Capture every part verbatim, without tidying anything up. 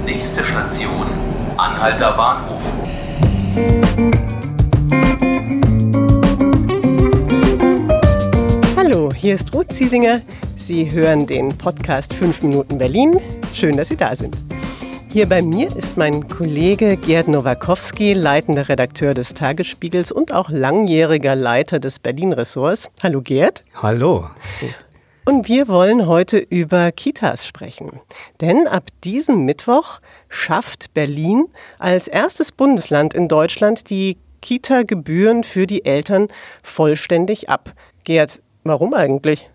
Nächste Station, Anhalter Bahnhof. Hallo, hier ist Ruth Ziesinger. Sie hören den Podcast fünf Minuten Berlin. Schön, dass Sie da sind. Hier bei mir ist mein Kollege Gerd Nowakowski, leitender Redakteur des Tagesspiegels und auch langjähriger Leiter des Berlin-Ressorts. Hallo Gerd. Hallo. Und wir wollen heute über Kitas sprechen. Denn ab diesem Mittwoch schafft Berlin als erstes Bundesland in Deutschland die Kita-Gebühren für die Eltern vollständig ab. Gerd, warum eigentlich?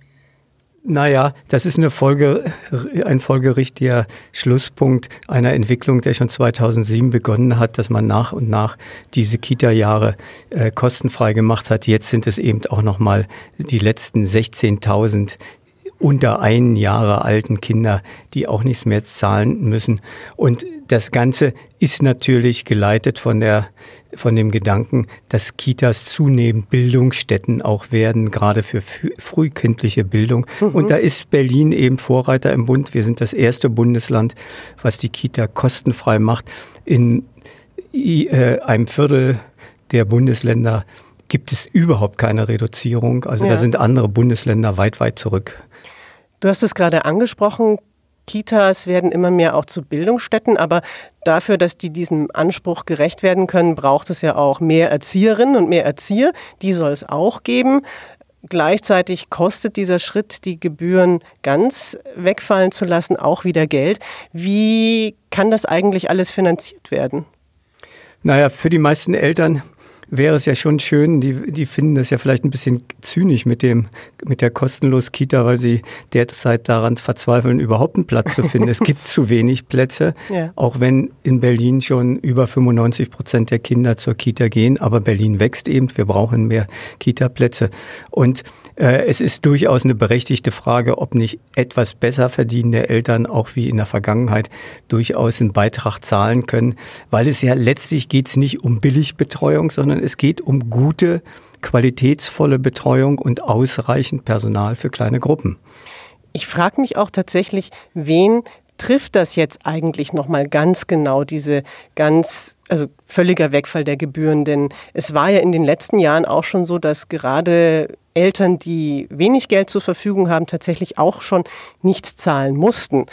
Naja, das ist eine Folge, ein folgerichtiger Schlusspunkt einer Entwicklung, der schon zweitausendsieben begonnen hat, dass man nach und nach diese Kita-Jahre äh, kostenfrei gemacht hat. Jetzt sind es eben auch nochmal die letzten sechzehntausend unter ein Jahre alten Kinder, die auch nichts mehr zahlen müssen. Und das Ganze ist natürlich geleitet von der, von dem Gedanken, dass Kitas zunehmend Bildungsstätten auch werden, gerade für frühkindliche Bildung. Mhm. Und da ist Berlin eben Vorreiter im Bund. Wir sind das erste Bundesland, was die Kita kostenfrei macht. In äh, einem Viertel der Bundesländer gibt es überhaupt keine Reduzierung. Also ja. Da sind andere Bundesländer weit, weit zurück. Du hast es gerade angesprochen, Kitas werden immer mehr auch zu Bildungsstätten, aber dafür, dass die diesem Anspruch gerecht werden können, braucht es ja auch mehr Erzieherinnen und mehr Erzieher. Die soll es auch geben. Gleichzeitig kostet dieser Schritt, die Gebühren ganz wegfallen zu lassen, auch wieder Geld. Wie kann das eigentlich alles finanziert werden? Naja, für die meisten Eltern wäre es ja schon schön, die, die finden das ja vielleicht ein bisschen zynisch mit dem, mit der kostenlos Kita, weil sie derzeit daran verzweifeln, überhaupt einen Platz zu finden. Es gibt zu wenig Plätze, ja. Auch wenn in Berlin schon über fünfundneunzig Prozent der Kinder zur Kita gehen. Aber Berlin wächst eben, wir brauchen mehr Kita-Plätze. Und äh, es ist durchaus eine berechtigte Frage, ob nicht etwas besser verdienende Eltern, auch wie in der Vergangenheit, durchaus einen Beitrag zahlen können. Weil es ja letztlich geht es nicht um Billigbetreuung, sondern es geht um gute, qualitätsvolle Betreuung und ausreichend Personal für kleine Gruppen. Ich frage mich auch tatsächlich, wen trifft das jetzt eigentlich nochmal ganz genau, diese ganz, also völliger Wegfall der Gebühren? Denn es war ja in den letzten Jahren auch schon so, dass gerade Eltern, die wenig Geld zur Verfügung haben, tatsächlich auch schon nichts zahlen mussten.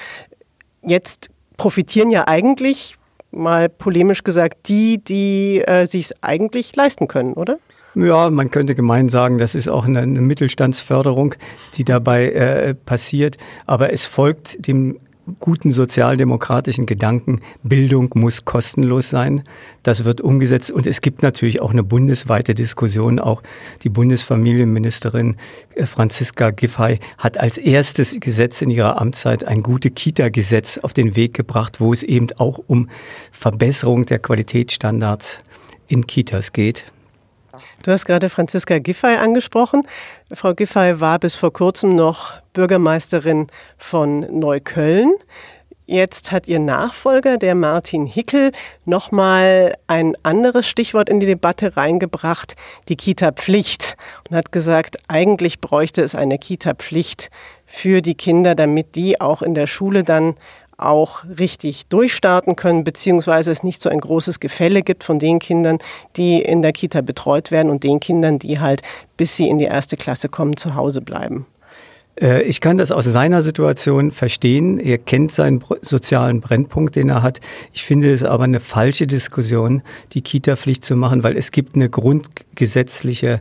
Jetzt profitieren ja eigentlich, mal polemisch gesagt, die, die äh, sich es eigentlich leisten können, oder? Ja, man könnte gemein sagen, das ist auch eine, eine Mittelstandsförderung, die dabei äh, passiert. Aber es folgt dem guten sozialdemokratischen Gedanken, Bildung muss kostenlos sein. Das wird umgesetzt und es gibt natürlich auch eine bundesweite Diskussion. Auch die Bundesfamilienministerin Franziska Giffey hat als erstes Gesetz in ihrer Amtszeit ein Gute-Kita-Gesetz auf den Weg gebracht, wo es eben auch um Verbesserung der Qualitätsstandards in Kitas geht. Du hast gerade Franziska Giffey angesprochen. Frau Giffey war bis vor kurzem noch Bürgermeisterin von Neukölln. Jetzt hat ihr Nachfolger, der Martin Hickel, nochmal ein anderes Stichwort in die Debatte reingebracht, die Kita-Pflicht. Und hat gesagt, eigentlich bräuchte es eine Kita-Pflicht für die Kinder, damit die auch in der Schule dann auch richtig durchstarten können, beziehungsweise es nicht so ein großes Gefälle gibt von den Kindern, die in der Kita betreut werden und den Kindern, die halt, bis sie in die erste Klasse kommen, zu Hause bleiben. Ich kann das aus seiner Situation verstehen. Er kennt seinen sozialen Brennpunkt, den er hat. Ich finde es aber eine falsche Diskussion, die Kita-Pflicht zu machen, weil es gibt eine grundgesetzliche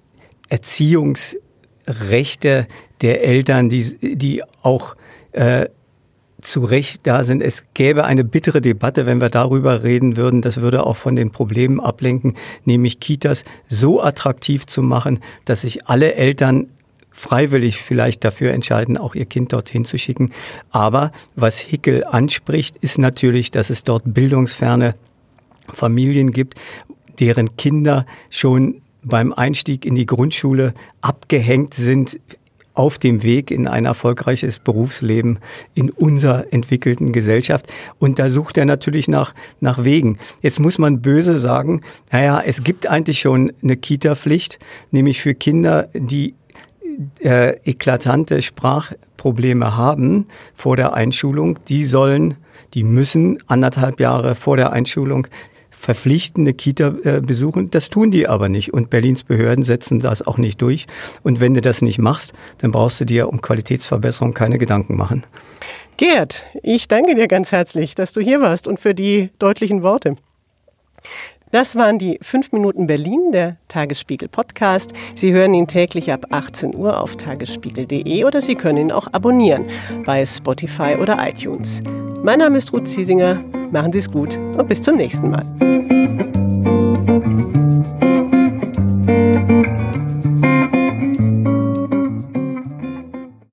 Erziehungsrechte der Eltern, die, die auch äh, zu Recht da sind. Es gäbe eine bittere Debatte, wenn wir darüber reden würden. Das würde auch von den Problemen ablenken, nämlich Kitas so attraktiv zu machen, dass sich alle Eltern freiwillig vielleicht dafür entscheiden, auch ihr Kind dorthin zu schicken. Aber was Hickel anspricht, ist natürlich, dass es dort bildungsferne Familien gibt, deren Kinder schon beim Einstieg in die Grundschule abgehängt sind, auf dem Weg in ein erfolgreiches Berufsleben in unserer entwickelten Gesellschaft. Und da sucht er natürlich nach, nach Wegen. Jetzt muss man böse sagen, naja, es gibt eigentlich schon eine Kita-Pflicht, nämlich für Kinder, die äh, eklatante Sprachprobleme haben vor der Einschulung, die sollen, die müssen anderthalb Jahre vor der Einschulung verpflichtende Kita äh, besuchen. Das tun die aber nicht. Und Berlins Behörden setzen das auch nicht durch. Und wenn du das nicht machst, dann brauchst du dir um Qualitätsverbesserung keine Gedanken machen. Gerd, ich danke dir ganz herzlich, dass du hier warst und für die deutlichen Worte. Das waren die fünf Minuten Berlin, der Tagesspiegel-Podcast. Sie hören ihn täglich ab achtzehn Uhr auf tagesspiegel punkt de oder Sie können ihn auch abonnieren bei Spotify oder iTunes. Mein Name ist Ruth Ziesinger. Machen Sie es gut und bis zum nächsten Mal.